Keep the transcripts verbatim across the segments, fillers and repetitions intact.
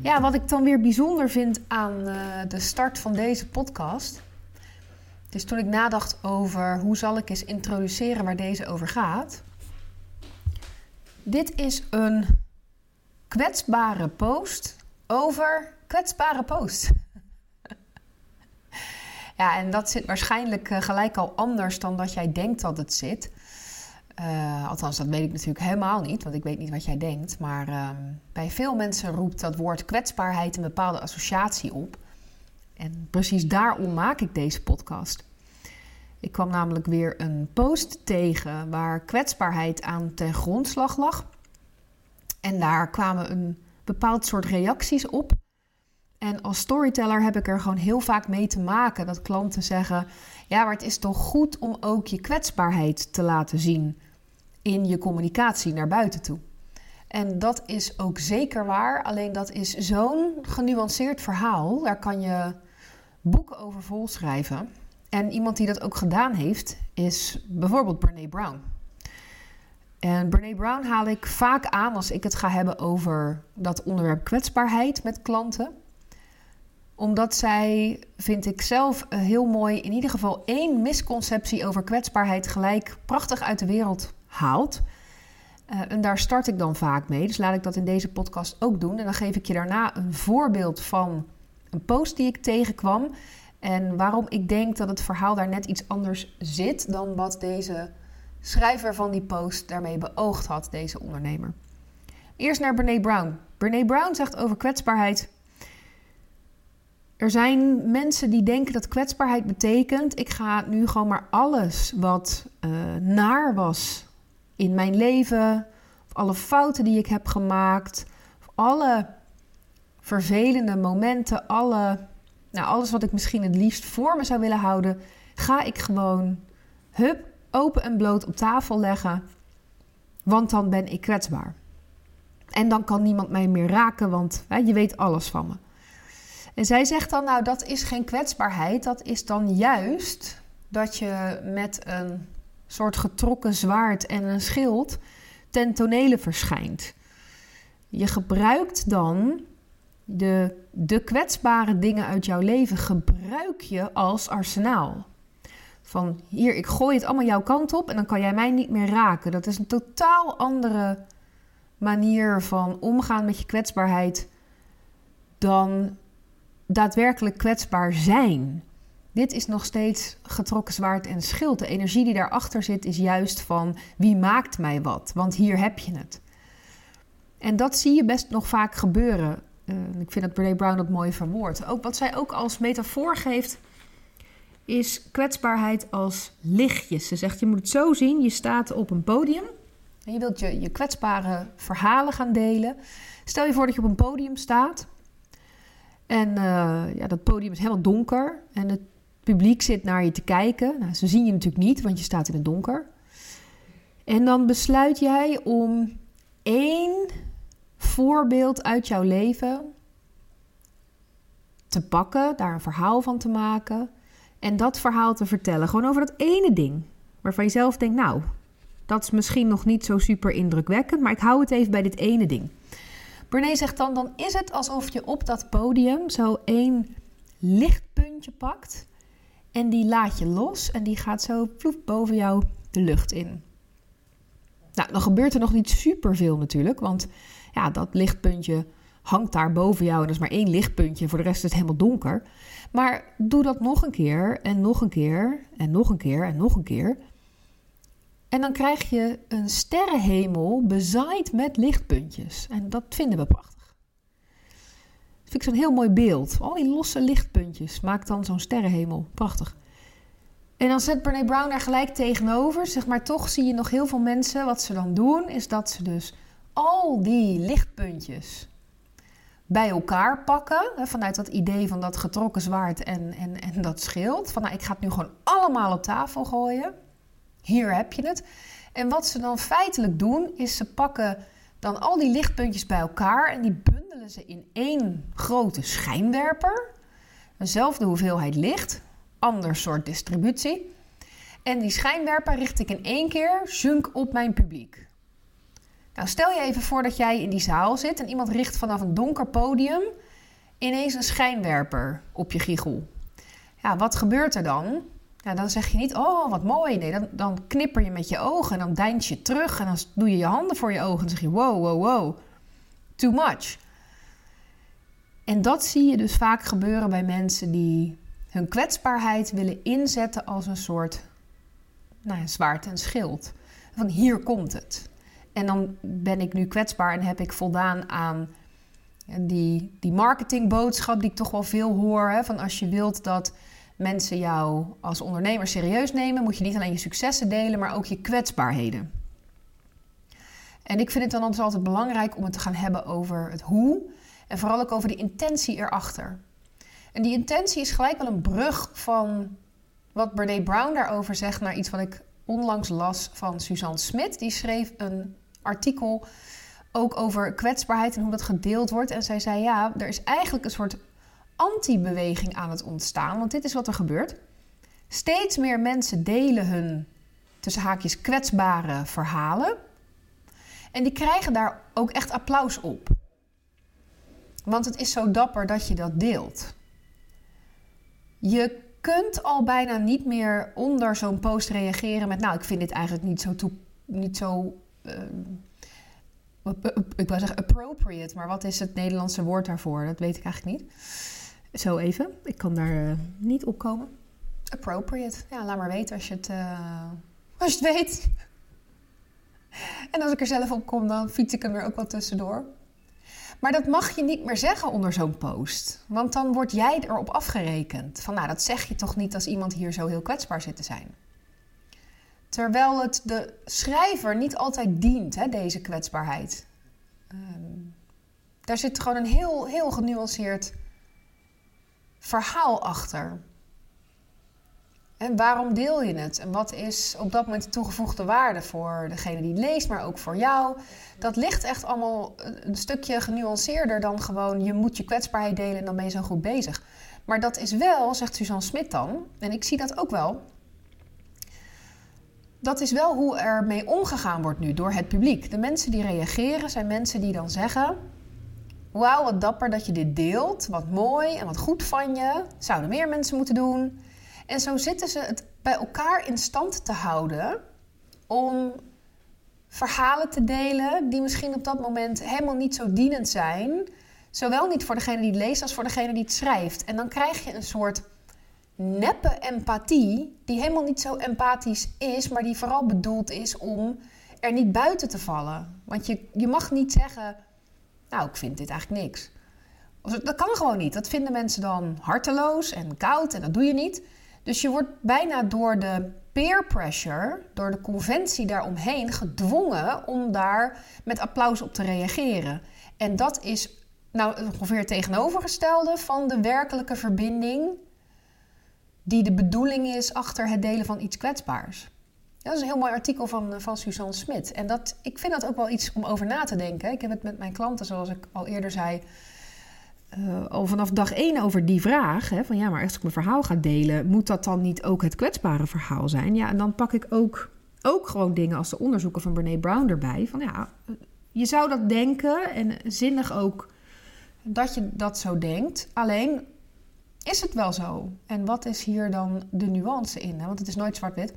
Ja, wat ik dan weer bijzonder vind aan uh, de start van deze podcast, is toen ik nadacht over hoe zal ik eens introduceren waar deze over gaat. Dit is een kwetsbare post over kwetsbare post. Ja, en dat zit waarschijnlijk uh, gelijk al anders dan dat jij denkt dat het zit. Uh, althans, dat weet ik natuurlijk helemaal niet, want ik weet niet wat jij denkt. Maar uh, bij veel mensen roept dat woord kwetsbaarheid een bepaalde associatie op. En precies daarom maak ik deze podcast. Ik kwam namelijk weer een post tegen waar kwetsbaarheid aan ten grondslag lag. En daar kwamen een bepaald soort reacties op. En als storyteller heb ik er gewoon heel vaak mee te maken dat klanten zeggen: ja, maar het is toch goed om ook je kwetsbaarheid te laten zien in je communicatie naar buiten toe. En dat is ook zeker waar, alleen dat is zo'n genuanceerd verhaal. Daar kan je boeken over volschrijven. En iemand die dat ook gedaan heeft, is bijvoorbeeld Brené Brown. En Brené Brown haal ik vaak aan als ik het ga hebben over dat onderwerp kwetsbaarheid met klanten. Omdat zij, vind ik zelf heel mooi, in ieder geval één misconceptie over kwetsbaarheid gelijk prachtig uit de wereld haalt. Uh, en daar start ik dan vaak mee. Dus laat ik dat in deze podcast ook doen. En dan geef ik je daarna een voorbeeld van een post die ik tegenkwam. En waarom ik denk dat het verhaal daar net iets anders zit dan wat deze schrijver van die post daarmee beoogd had, deze ondernemer. Eerst naar Brené Brown. Brené Brown zegt over kwetsbaarheid: er zijn mensen die denken dat kwetsbaarheid betekent: ik ga nu gewoon maar alles wat uh, naar was in mijn leven, of alle fouten die ik heb gemaakt, of alle vervelende momenten, alle, nou, alles wat ik misschien het liefst voor me zou willen houden, ga ik gewoon hup, open en bloot op tafel leggen, want dan ben ik kwetsbaar. En dan kan niemand mij meer raken, want hè, je weet alles van me. En zij zegt dan, nou, dat is geen kwetsbaarheid. Dat is dan juist dat je met een soort getrokken zwaard en een schild ten tonele verschijnt. Je gebruikt dan de, de kwetsbare dingen uit jouw leven, gebruik je als arsenaal. Van hier, ik gooi het allemaal jouw kant op en dan kan jij mij niet meer raken. Dat is een totaal andere manier van omgaan met je kwetsbaarheid dan daadwerkelijk kwetsbaar zijn. Dit is nog steeds getrokken zwaard en schild. De energie die daarachter zit is juist van wie maakt mij wat? Want hier heb je het. En dat zie je best nog vaak gebeuren. Uh, ik vind dat Brené Brown dat mooi verwoordt. Ook wat zij ook als metafoor geeft is kwetsbaarheid als lichtjes. Ze zegt, je moet het zo zien, je staat op een podium en je wilt je, je kwetsbare verhalen gaan delen. Stel je voor dat je op een podium staat en uh, ja, dat podium is helemaal donker en het publiek zit naar je te kijken. Nou, ze zien je natuurlijk niet, want je staat in het donker. En dan besluit jij om één voorbeeld uit jouw leven te pakken, daar een verhaal van te maken en dat verhaal te vertellen. Gewoon over dat ene ding waarvan je zelf denkt, nou, dat is misschien nog niet zo super indrukwekkend, maar ik hou het even bij dit ene ding. Brené zegt dan, dan is het alsof je op dat podium zo één lichtpuntje pakt en die laat je los en die gaat zo ploef boven jou de lucht in. Nou, dan gebeurt er nog niet superveel natuurlijk, want ja, dat lichtpuntje hangt daar boven jou en dat is maar één lichtpuntje, voor de rest is het helemaal donker. Maar doe dat nog een keer en nog een keer en nog een keer en nog een keer. En dan krijg je een sterrenhemel bezaaid met lichtpuntjes. En dat vinden we prachtig. Dat vind ik zo'n heel mooi beeld. Al die losse lichtpuntjes maakt dan zo'n sterrenhemel. Prachtig. En dan zet Brené Brown daar gelijk tegenover. Zeg maar, toch zie je nog heel veel mensen. Wat ze dan doen, is dat ze dus al die lichtpuntjes bij elkaar pakken. Vanuit dat idee van dat getrokken zwaard en, en, en dat schild. Van nou, ik ga het nu gewoon allemaal op tafel gooien. Hier heb je het. En wat ze dan feitelijk doen, is ze pakken dan al die lichtpuntjes bij elkaar en die bundelen ze in één grote schijnwerper. Dezelfde hoeveelheid licht, ander soort distributie. En die schijnwerper richt ik in één keer zunk op mijn publiek. Nou, stel je even voor dat jij in die zaal zit en iemand richt vanaf een donker podium ineens een schijnwerper op je giegel. Ja, wat gebeurt er dan? Ja, dan zeg je niet, oh, wat mooi. Nee, dan, dan knipper je met je ogen en dan deins je terug en dan doe je je handen voor je ogen en dan zeg je, wow, wow, wow, too much. En dat zie je dus vaak gebeuren bij mensen die hun kwetsbaarheid willen inzetten als een soort nou ja, zwaard en schild. Van hier komt het. En dan ben ik nu kwetsbaar en heb ik voldaan aan die, die marketingboodschap die ik toch wel veel hoor. Hè? Van als je wilt dat mensen jou als ondernemer serieus nemen, moet je niet alleen je successen delen, maar ook je kwetsbaarheden. En ik vind het dan dus altijd belangrijk om het te gaan hebben over het hoe en vooral ook over de intentie erachter. En die intentie is gelijk wel een brug van wat Brené Brown daarover zegt naar iets wat ik onlangs las van Suzanne Smit. Die schreef een artikel ook over kwetsbaarheid en hoe dat gedeeld wordt. En zij zei, ja, er is eigenlijk een soort anti-beweging aan het ontstaan. Want dit is wat er gebeurt. Steeds meer mensen delen hun, tussen haakjes, kwetsbare verhalen. En die krijgen daar ook echt applaus op. Want het is zo dapper dat je dat deelt. Je kunt al bijna niet meer onder zo'n post reageren met, nou, ik vind dit eigenlijk niet zo, toe, niet zo uh, ik wou zeggen appropriate, maar wat is het Nederlandse woord daarvoor? Dat weet ik eigenlijk niet. Zo even, ik kan daar uh, niet op komen. Appropriate, ja, laat maar weten als je het, uh, als je het weet. En als ik er zelf op kom, dan fiets ik hem er ook wel tussendoor. Maar dat mag je niet meer zeggen onder zo'n post. Want dan word jij erop afgerekend. Van nou, dat zeg je toch niet als iemand hier zo heel kwetsbaar zit te zijn. Terwijl het de schrijver niet altijd dient, hè, deze kwetsbaarheid. Um, daar zit gewoon een heel, heel genuanceerd verhaal achter. En waarom deel je het? En wat is op dat moment de toegevoegde waarde voor degene die leest, maar ook voor jou? Dat ligt echt allemaal een stukje genuanceerder dan gewoon je moet je kwetsbaarheid delen en dan ben je zo goed bezig. Maar dat is wel, zegt Suzanne Smit dan, en ik zie dat ook wel, dat is wel hoe er mee omgegaan wordt nu door het publiek. De mensen die reageren zijn mensen die dan zeggen, wauw, wat dapper dat je dit deelt, wat mooi en wat goed van je, zouden meer mensen moeten doen. En zo zitten ze het bij elkaar in stand te houden om verhalen te delen die misschien op dat moment helemaal niet zo dienend zijn. Zowel niet voor degene die het leest als voor degene die het schrijft. En dan krijg je een soort neppe empathie die helemaal niet zo empathisch is, maar die vooral bedoeld is om er niet buiten te vallen. Want je, je mag niet zeggen, nou, ik vind dit eigenlijk niks. Dat kan gewoon niet. Dat vinden mensen dan harteloos en koud en dat doe je niet. Dus je wordt bijna door de peer pressure, door de conventie daaromheen gedwongen om daar met applaus op te reageren. En dat is nou ongeveer het tegenovergestelde van de werkelijke verbinding die de bedoeling is achter het delen van iets kwetsbaars. Dat is een heel mooi artikel van, van Suzanne Smit. En dat, ik vind dat ook wel iets om over na te denken. Ik heb het met mijn klanten, zoals ik al eerder zei, Uh, al vanaf dag één over die vraag. Hè, van ja, maar als ik mijn verhaal ga delen, moet dat dan niet ook het kwetsbare verhaal zijn? Ja, en dan pak ik ook, ook gewoon dingen als de onderzoeken van Brené Brown erbij. Van ja, je zou dat denken en zinnig ook dat je dat zo denkt. Alleen, is het wel zo? En wat is hier dan de nuance in? Hè? Want het is nooit zwart-wit.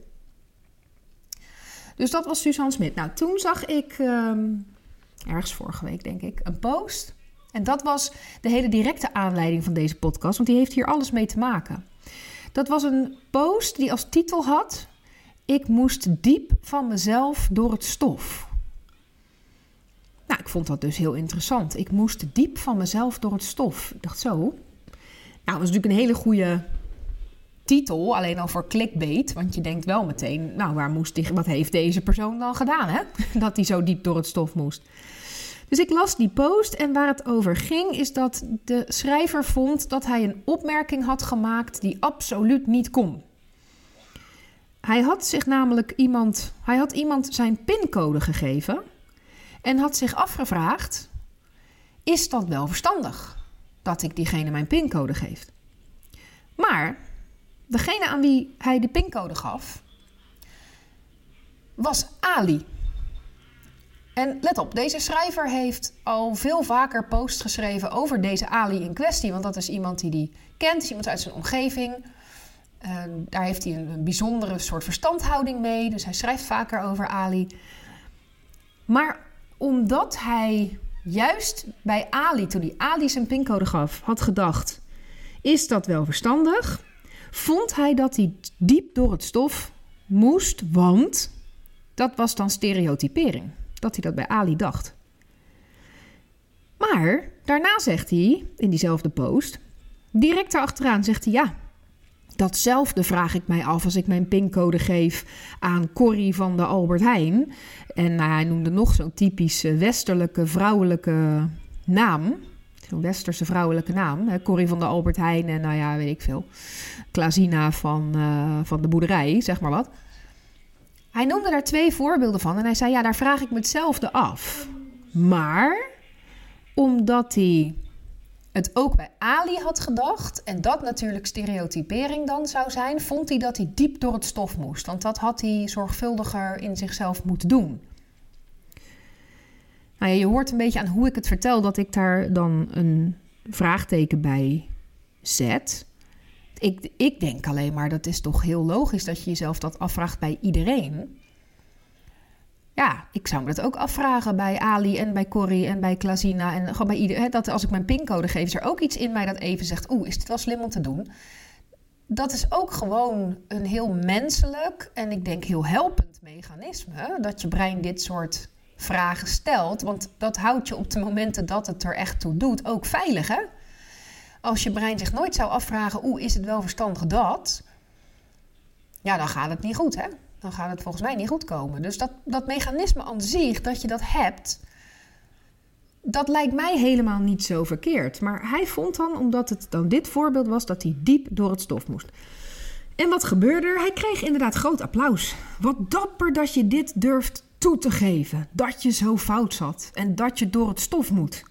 Dus dat was Suzanne Smit. Nou, toen zag ik, um, ergens vorige week denk ik, een post. En dat was de hele directe aanleiding van deze podcast, want die heeft hier alles mee te maken. Dat was een post die als titel had, ik moest diep van mezelf door het stof. Nou, ik vond dat dus heel interessant. Ik moest diep van mezelf door het stof. Ik dacht zo. Nou, dat is natuurlijk een hele goede titel, alleen al voor clickbait. Want je denkt wel meteen, nou, waar moest die, wat heeft deze persoon dan gedaan, hè? Dat hij zo diep door het stof moest. Dus ik las die post en waar het over ging is dat de schrijver vond dat hij een opmerking had gemaakt die absoluut niet kon. Hij had zich namelijk iemand, hij had iemand zijn pincode gegeven en had zich afgevraagd, is dat wel verstandig dat ik diegene mijn pincode geef? Maar degene aan wie hij de pincode gaf was Ali. En let op, deze schrijver heeft al veel vaker posts geschreven over deze Ali in kwestie. Want dat is iemand die hij kent, is iemand uit zijn omgeving. Uh, daar heeft hij een, een bijzondere soort verstandhouding mee. Dus hij schrijft vaker over Ali. Maar omdat hij juist bij Ali, toen hij Ali zijn pincode gaf, had gedacht: is dat wel verstandig? Vond hij dat hij diep door het stof moest, want dat was dan stereotypering. Dat hij dat bij Ali dacht. Maar daarna zegt hij, in diezelfde post, direct daarachteraan zegt hij: ja, datzelfde vraag ik mij af als ik mijn pincode geef aan Corrie van de Albert Heijn. En nou, hij noemde nog zo'n typische westerlijke vrouwelijke naam. Zo'n westerse vrouwelijke naam. Hè? Corrie van de Albert Heijn en nou ja, weet ik veel. Klazina van, uh, van de boerderij, zeg maar wat. Hij noemde daar twee voorbeelden van en hij zei: ja, daar vraag ik me hetzelfde af. Maar omdat hij het ook bij Ali had gedacht, en dat natuurlijk stereotypering dan zou zijn, vond hij dat hij diep door het stof moest. Want dat had hij zorgvuldiger in zichzelf moeten doen. Nou ja, je hoort een beetje aan hoe ik het vertel dat ik daar dan een vraagteken bij zet. Ik, ik denk alleen maar, dat is toch heel logisch dat je jezelf dat afvraagt bij iedereen. Ja, ik zou me dat ook afvragen bij Ali en bij Corrie en bij Klazina. En gewoon bij iedereen. Dat als ik mijn pincode geef, is er ook iets in mij dat even zegt: oeh, is dit wel slim om te doen? Dat is ook gewoon een heel menselijk en ik denk heel helpend mechanisme. Dat je brein dit soort vragen stelt. Want dat houdt je op de momenten dat het er echt toe doet ook veilig, hè? Als je brein zich nooit zou afvragen: oeh, is het wel verstandig dat? Ja, dan gaat het niet goed, hè? Dan gaat het volgens mij niet goed komen. Dus dat, dat mechanisme aan zich, dat je dat hebt, dat lijkt mij helemaal niet zo verkeerd. Maar hij vond dan, omdat het dan dit voorbeeld was, dat hij diep door het stof moest. En wat gebeurde er? Hij kreeg inderdaad groot applaus. Wat dapper dat je dit durft toe te geven. Dat je zo fout zat en dat je door het stof moet.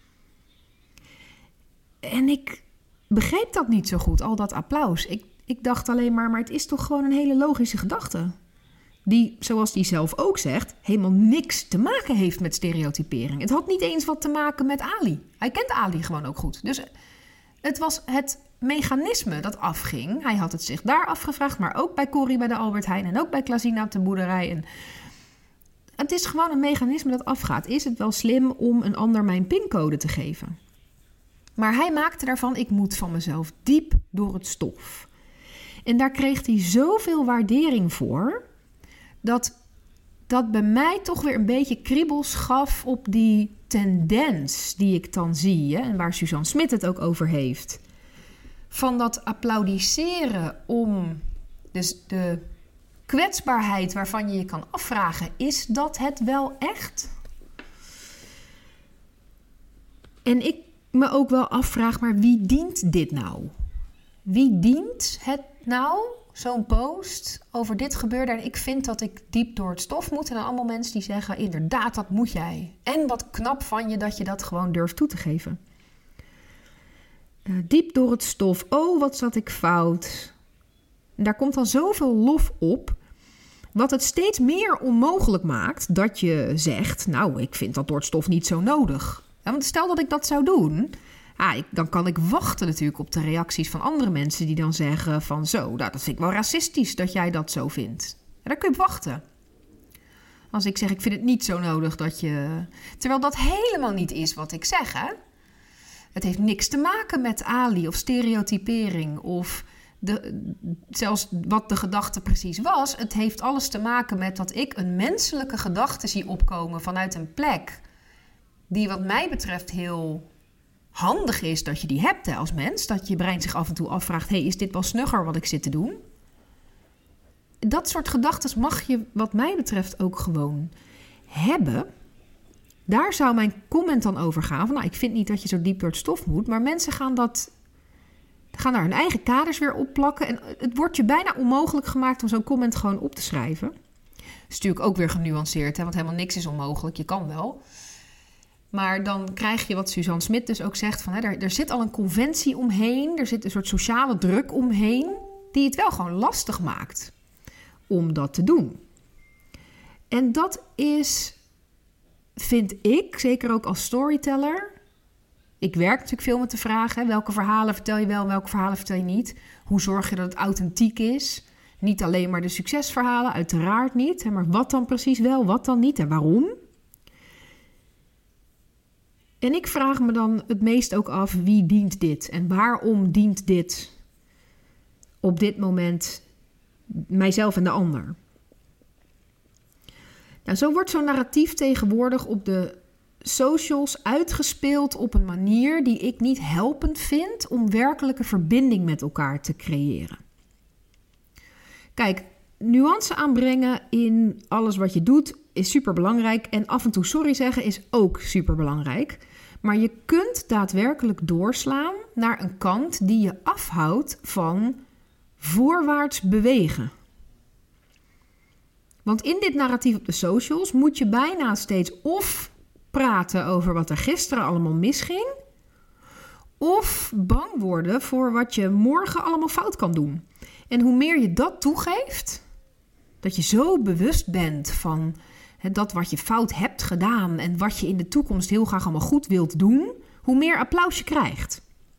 En ik begreep dat niet zo goed, al dat applaus. Ik, ik dacht alleen maar, maar het is toch gewoon een hele logische gedachte. Die, zoals hij zelf ook zegt, helemaal niks te maken heeft met stereotypering. Het had niet eens wat te maken met Ali. Hij kent Ali gewoon ook goed. Dus het was het mechanisme dat afging. Hij had het zich daar afgevraagd, maar ook bij Corrie bij de Albert Heijn en ook bij Klazina op de boerderij. En het is gewoon een mechanisme dat afgaat. Is het wel slim om een ander mijn pincode te geven? Maar hij maakte daarvan: ik moet van mezelf diep door het stof. En daar kreeg hij zoveel waardering voor, dat dat bij mij toch weer een beetje kriebels gaf op die tendens die ik dan zie, hè, en waar Suzanne Smit het ook over heeft. Van dat applaudisseren om dus de kwetsbaarheid waarvan je je kan afvragen: is dat het wel echt? En ik me ook wel afvraag, maar wie dient dit nou? Wie dient het nou, zo'n post over dit gebeurde en ik vind dat ik diep door het stof moet? En dan allemaal mensen die zeggen: inderdaad, dat moet jij. En wat knap van je dat je dat gewoon durft toe te geven. Uh, diep door het stof. Oh, wat zat ik fout. En daar komt dan zoveel lof op, wat het steeds meer onmogelijk maakt dat je zegt: nou, ik vind dat door het stof niet zo nodig. Ja, want stel dat ik dat zou doen, ah, ik, dan kan ik wachten natuurlijk op de reacties van andere mensen die dan zeggen van: zo, nou, dat vind ik wel racistisch dat jij dat zo vindt. Ja, daar kun je op wachten. Als ik zeg: ik vind het niet zo nodig dat je... Terwijl dat helemaal niet is wat ik zeg, hè? Het heeft niks te maken met Ali of stereotypering of de, zelfs wat de gedachte precies was. Het heeft alles te maken met dat ik een menselijke gedachte zie opkomen vanuit een plek die wat mij betreft heel handig is dat je die hebt, hè, als mens. Dat je brein zich af en toe afvraagt: hey, is dit wel snugger wat ik zit te doen? Dat soort gedachten mag je wat mij betreft ook gewoon hebben. Daar zou mijn comment dan over gaan. Van, nou, ik vind niet dat je zo diep door het stof moet. Maar mensen gaan, dat, gaan daar hun eigen kaders weer op plakken. En het wordt je bijna onmogelijk gemaakt om zo'n comment gewoon op te schrijven. Dat is natuurlijk ook weer genuanceerd, hè, want helemaal niks is onmogelijk. Je kan wel. Maar dan krijg je wat Suzanne Smit dus ook zegt: van, hè, er, er zit al een conventie omheen. Er zit een soort sociale druk omheen die het wel gewoon lastig maakt om dat te doen. En dat is vind ik, zeker ook als storyteller... Ik werk natuurlijk veel met de vraag, hè, welke verhalen vertel je wel en welke verhalen vertel je niet? Hoe zorg je dat het authentiek is? Niet alleen maar de succesverhalen, uiteraard niet. Hè, maar wat dan precies wel, wat dan niet en waarom? En ik vraag me dan het meest ook af, wie dient dit? En waarom dient dit op dit moment mijzelf en de ander? Nou, zo wordt zo'n narratief tegenwoordig op de socials uitgespeeld op een manier die ik niet helpend vind om werkelijke verbinding met elkaar te creëren. Kijk, nuance aanbrengen in alles wat je doet is superbelangrijk en af en toe sorry zeggen is ook superbelangrijk. Maar je kunt daadwerkelijk doorslaan naar een kant die je afhoudt van voorwaarts bewegen. Want in dit narratief op de socials moet je bijna steeds of praten over wat er gisteren allemaal misging, of bang worden voor wat je morgen allemaal fout kan doen. En hoe meer je dat toegeeft, dat je zo bewust bent van he, dat wat je fout hebt gedaan en wat je in de toekomst heel graag allemaal goed wilt doen, hoe meer applaus je krijgt.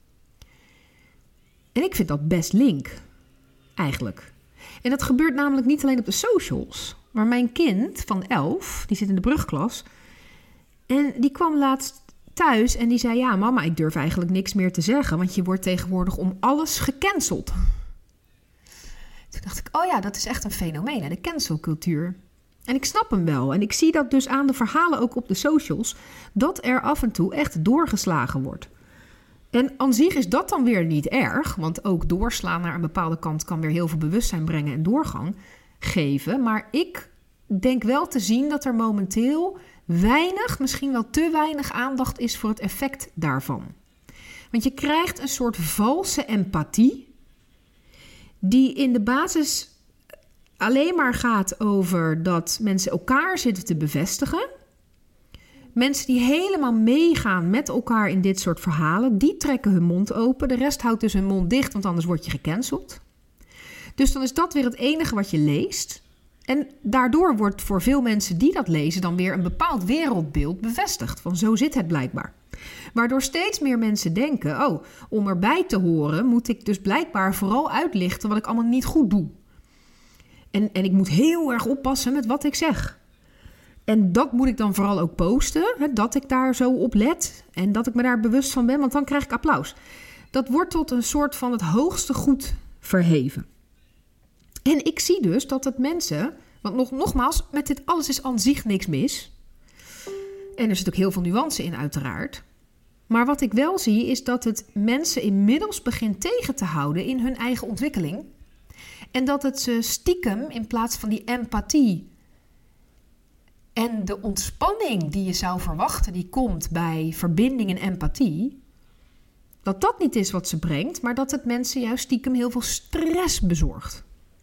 En ik vind dat best link, eigenlijk. En dat gebeurt namelijk niet alleen op de socials, maar mijn kind van elf, die zit in de brugklas, en die kwam laatst thuis en die zei, ja mama, ik durf eigenlijk niks meer te zeggen, want je wordt tegenwoordig om alles gecanceld. Toen dacht ik, oh ja, dat is echt een fenomeen, hè, de cancelcultuur. En ik snap hem wel. En ik zie dat dus aan de verhalen ook op de socials, dat er af en toe echt doorgeslagen wordt. En aan zich is dat dan weer niet erg, want ook doorslaan naar een bepaalde kant kan weer heel veel bewustzijn brengen en doorgang geven. Maar ik denk wel te zien dat er momenteel weinig, misschien wel te weinig aandacht is voor het effect daarvan. Want je krijgt een soort valse empathie, die in de basis alleen maar gaat over dat mensen elkaar zitten te bevestigen. Mensen die helemaal meegaan met elkaar in dit soort verhalen, die trekken hun mond open. De rest houdt dus hun mond dicht, want anders word je gecanceld. Dus dan is dat weer het enige wat je leest. En daardoor wordt voor veel mensen die dat lezen dan weer een bepaald wereldbeeld bevestigd. Van zo zit het blijkbaar. Waardoor steeds meer mensen denken, oh, om erbij te horen moet ik dus blijkbaar vooral uitlichten wat ik allemaal niet goed doe. En, en ik moet heel erg oppassen met wat ik zeg. En dat moet ik dan vooral ook posten, hè, dat ik daar zo op let en dat ik me daar bewust van ben, want dan krijg ik applaus. Dat wordt tot een soort van het hoogste goed verheven. En ik zie dus dat het mensen, want nog, nogmaals, met dit alles is aan zich niks mis. En er zit ook heel veel nuance in uiteraard. Maar wat ik wel zie is dat het mensen inmiddels begint tegen te houden in hun eigen ontwikkeling. En dat het ze stiekem in plaats van die empathie en de ontspanning die je zou verwachten, die komt bij verbinding en empathie, dat dat niet is wat ze brengt, maar dat het mensen juist stiekem heel veel stress bezorgt.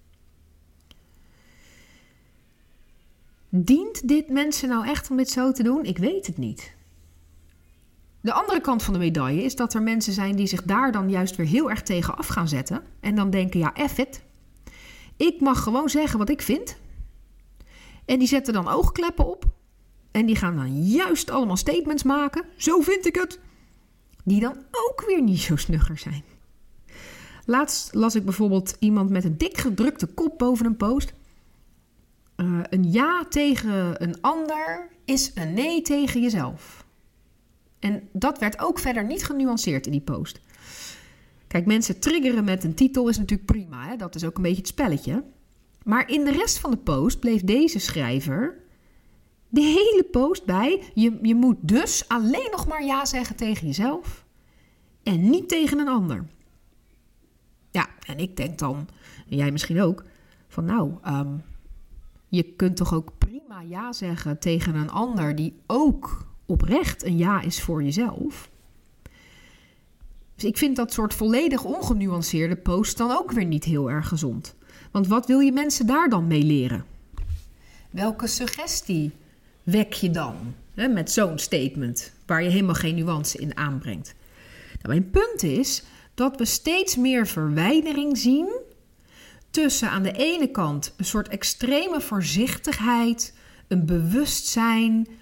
Dient dit mensen nou echt om dit zo te doen? Ik weet het niet. De andere kant van de medaille is dat er mensen zijn die zich daar dan juist weer heel erg tegen af gaan zetten. En dan denken, ja, F it. Ik mag gewoon zeggen wat ik vind. En die zetten dan oogkleppen op. En die gaan dan juist allemaal statements maken. Zo vind ik het. Die dan ook weer niet zo snugger zijn. Laatst las ik bijvoorbeeld iemand met een dik gedrukte kop boven een post. Uh, een ja tegen een ander is een nee tegen jezelf. En dat werd ook verder niet genuanceerd in die post. Kijk, mensen triggeren met een titel is natuurlijk prima. Hè? Dat is ook een beetje het spelletje. Maar in de rest van de post bleef deze schrijver de hele post bij. Je, je moet dus alleen nog maar ja zeggen tegen jezelf. En niet tegen een ander. Ja, en ik denk dan, en jij misschien ook, van nou, um, je kunt toch ook prima ja zeggen tegen een ander die ook oprecht een ja is voor jezelf. Dus ik vind dat soort volledig ongenuanceerde post dan ook weer niet heel erg gezond. Want wat wil je mensen daar dan mee leren? Welke suggestie wek je dan hè, met zo'n statement waar je helemaal geen nuance in aanbrengt? Nou, mijn punt is dat we steeds meer verwijdering zien tussen aan de ene kant een soort extreme voorzichtigheid, een bewustzijn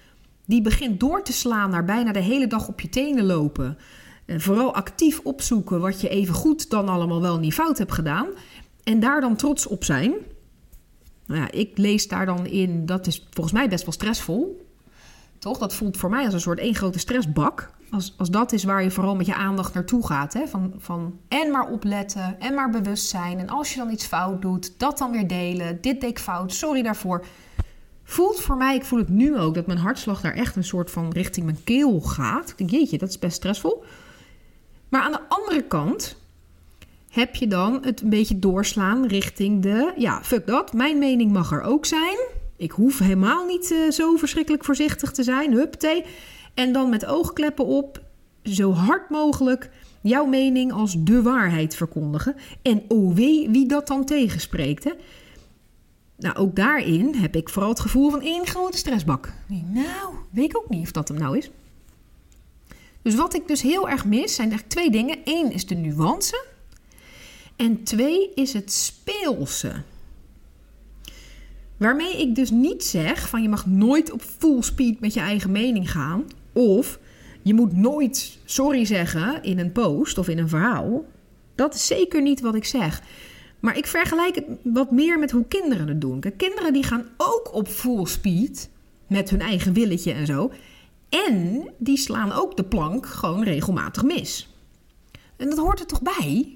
die begint door te slaan naar bijna de hele dag op je tenen lopen. En vooral actief opzoeken wat je even goed dan allemaal wel niet fout hebt gedaan. En daar dan trots op zijn. Nou ja, ik lees daar dan in, dat is volgens mij best wel stressvol. Toch? Dat voelt voor mij als een soort één grote stressbak. Als, als dat is waar je vooral met je aandacht naartoe gaat. Hè? Van, van en maar opletten en maar bewust zijn. En als je dan iets fout doet, dat dan weer delen. Dit deed ik fout, sorry daarvoor. Voelt voor mij, ik voel het nu ook, dat mijn hartslag daar echt een soort van richting mijn keel gaat. Ik denk, jeetje, dat is best stressvol. Maar aan de andere kant heb je dan het een beetje doorslaan richting de, ja, fuck dat, mijn mening mag er ook zijn. Ik hoef helemaal niet uh, zo verschrikkelijk voorzichtig te zijn, huppatee. En dan met oogkleppen op, zo hard mogelijk jouw mening als de waarheid verkondigen. En oh wee, wie dat dan tegenspreekt, hè. Nou, ook daarin heb ik vooral het gevoel van één grote stressbak. Nou, weet ik ook niet of dat hem nou is. Dus wat ik dus heel erg mis, zijn eigenlijk twee dingen. Eén is de nuance. En twee is het speelse. Waarmee ik dus niet zeg van je mag nooit op full speed met je eigen mening gaan. Of je moet nooit sorry zeggen in een post of in een verhaal. Dat is zeker niet wat ik zeg. Maar ik vergelijk het wat meer met hoe kinderen het doen. Kijk, kinderen die gaan ook op full speed met hun eigen willetje en zo. En die slaan ook de plank gewoon regelmatig mis. En dat hoort er toch bij?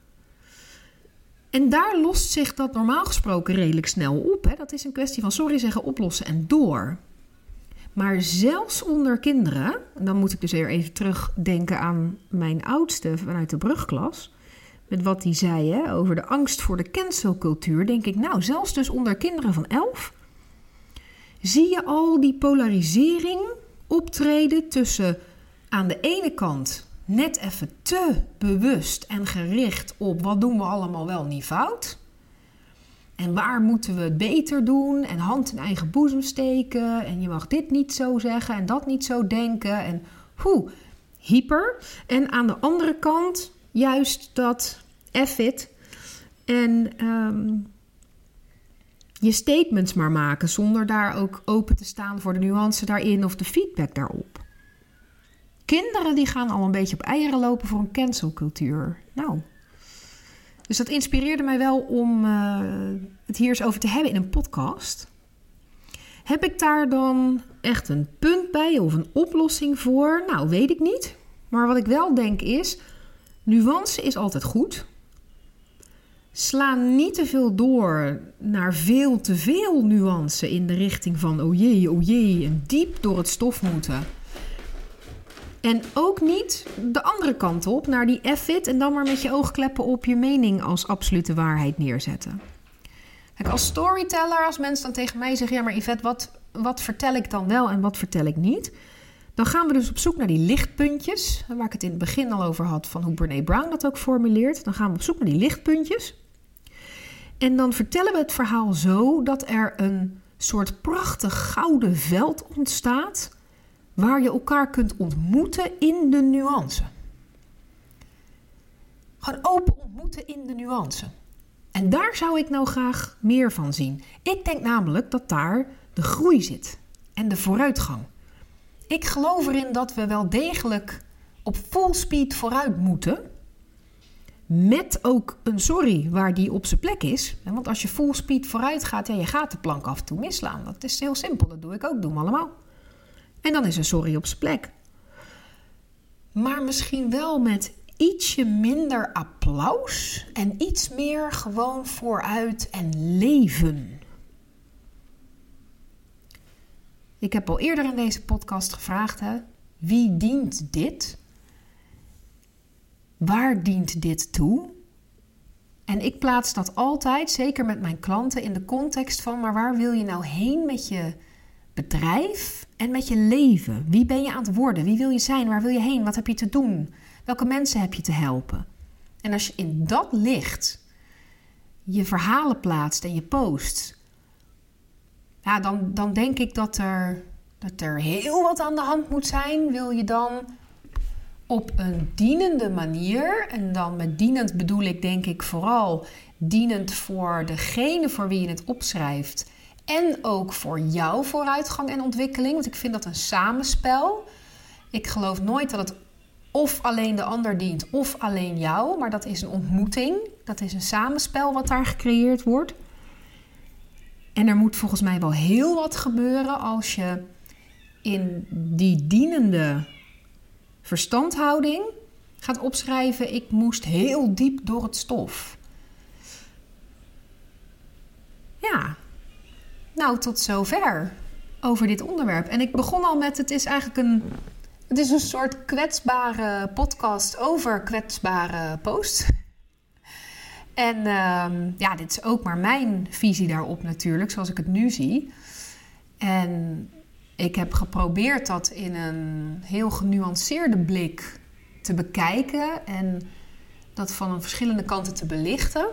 En daar lost zich dat normaal gesproken redelijk snel op. Hè? Dat is een kwestie van sorry zeggen, oplossen en door. Maar zelfs onder kinderen, en dan moet ik dus weer even terugdenken aan mijn oudste vanuit de brugklas. Met wat die zei hè, over de angst voor de cancelcultuur, denk ik, nou, zelfs dus onder kinderen van elf zie je al die polarisering optreden tussen aan de ene kant net even te bewust en gericht op wat doen we allemaal wel niet fout. En waar moeten we het beter doen en hand in eigen boezem steken en je mag dit niet zo zeggen en dat niet zo denken en hoe hyper. En aan de andere kant juist dat F it en um, je statements maar maken zonder daar ook open te staan voor de nuance daarin of de feedback daarop. Kinderen die gaan al een beetje op eieren lopen voor een cancelcultuur. Nou, dus dat inspireerde mij wel om uh, het hier eens over te hebben in een podcast. Heb ik daar dan echt een punt bij of een oplossing voor? Nou, weet ik niet. Maar wat ik wel denk is, nuance is altijd goed. Sla niet te veel door naar veel te veel nuance in de richting van oh jee, oh jee, en diep door het stof moeten. En ook niet de andere kant op, naar die F it en dan maar met je oogkleppen op je mening als absolute waarheid neerzetten. Kijk, als storyteller, als mensen dan tegen mij zeggen, ja maar Yvette, wat, wat vertel ik dan wel en wat vertel ik niet? Dan gaan we dus op zoek naar die lichtpuntjes, waar ik het in het begin al over had van hoe Brené Brown dat ook formuleert. Dan gaan we op zoek naar die lichtpuntjes. En dan vertellen we het verhaal zo dat er een soort prachtig gouden veld ontstaat waar je elkaar kunt ontmoeten in de nuance. Gewoon open ontmoeten in de nuance. En daar zou ik nou graag meer van zien. Ik denk namelijk dat daar de groei zit en de vooruitgang. Ik geloof erin dat we wel degelijk op full speed vooruit moeten. Met ook een sorry waar die op zijn plek is. Want als je full speed vooruit gaat, ja, je gaat de plank af en toe misslaan. Dat is heel simpel, dat doe ik ook, doen we allemaal. En dan is een sorry op zijn plek. Maar misschien wel met ietsje minder applaus en iets meer gewoon vooruit en leven. Ik heb al eerder in deze podcast gevraagd, hè, wie dient dit? Waar dient dit toe? En ik plaats dat altijd, zeker met mijn klanten, in de context van, maar waar wil je nou heen met je bedrijf en met je leven? Wie ben je aan het worden? Wie wil je zijn? Waar wil je heen? Wat heb je te doen? Welke mensen heb je te helpen? En als je in dat licht je verhalen plaatst en je post, ja, dan, dan denk ik dat er, dat er heel wat aan de hand moet zijn. Wil je dan op een dienende manier, en dan met dienend bedoel ik denk ik vooral dienend voor degene voor wie je het opschrijft En ook voor jouw vooruitgang en ontwikkeling. Want ik vind dat een samenspel. Ik geloof nooit dat het of alleen de ander dient of alleen jou. Maar dat is een ontmoeting. Dat is een samenspel wat daar gecreëerd wordt. En er moet volgens mij wel heel wat gebeuren als je in die dienende verstandhouding gaat opschrijven: ik moest heel diep door het stof. Ja, nou tot zover over dit onderwerp. En ik begon al met, het is eigenlijk een, het is een soort kwetsbare podcast over kwetsbare posts. En uh, ja, dit is ook maar mijn visie daarop natuurlijk, zoals ik het nu zie. En ik heb geprobeerd dat in een heel genuanceerde blik te bekijken en dat van verschillende kanten te belichten.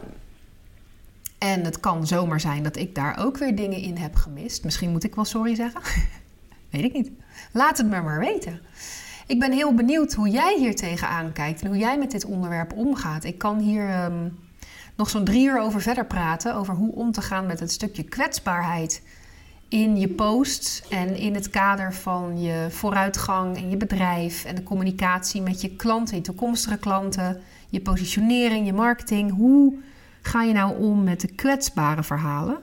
En het kan zomaar zijn dat ik daar ook weer dingen in heb gemist. Misschien moet ik wel sorry zeggen. Weet ik niet. Laat het me maar weten. Ik ben heel benieuwd hoe jij hier tegenaan kijkt en hoe jij met dit onderwerp omgaat. Ik kan hier um, nog zo'n drie uur over verder praten, over hoe om te gaan met het stukje kwetsbaarheid in je posts en in het kader van je vooruitgang en je bedrijf en de communicatie met je klanten, je toekomstige klanten, je positionering, je marketing. Hoe ga je nou om met de kwetsbare verhalen?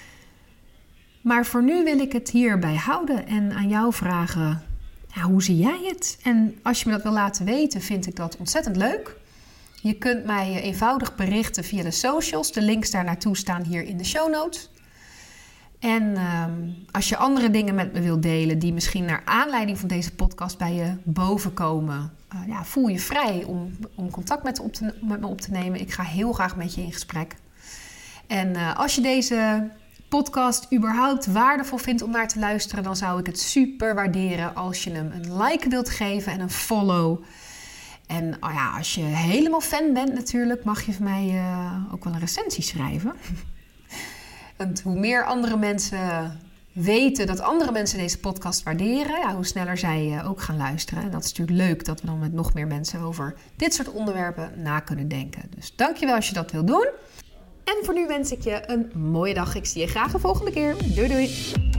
Maar voor nu wil ik het hierbij houden en aan jou vragen, ja, hoe zie jij het? En als je me dat wil laten weten, vind ik dat ontzettend leuk. Je kunt mij eenvoudig berichten via de socials. De links daar naartoe staan hier in de show notes. En uh, als je andere dingen met me wilt delen die misschien naar aanleiding van deze podcast bij je bovenkomen, uh, ja, voel je vrij om, om contact met, op te, met me op te nemen. Ik ga heel graag met je in gesprek. En uh, als je deze podcast überhaupt waardevol vindt om naar te luisteren, dan zou ik het super waarderen als je hem een like wilt geven en een follow. En oh ja, als je helemaal fan bent natuurlijk, mag je van mij uh, ook wel een recensie schrijven. Want hoe meer andere mensen weten dat andere mensen deze podcast waarderen, ja, hoe sneller zij uh, ook gaan luisteren. En dat is natuurlijk leuk dat we dan met nog meer mensen over dit soort onderwerpen na kunnen denken. Dus dankjewel als je dat wilt doen. En voor nu wens ik je een mooie dag. Ik zie je graag de volgende keer. Doei doei!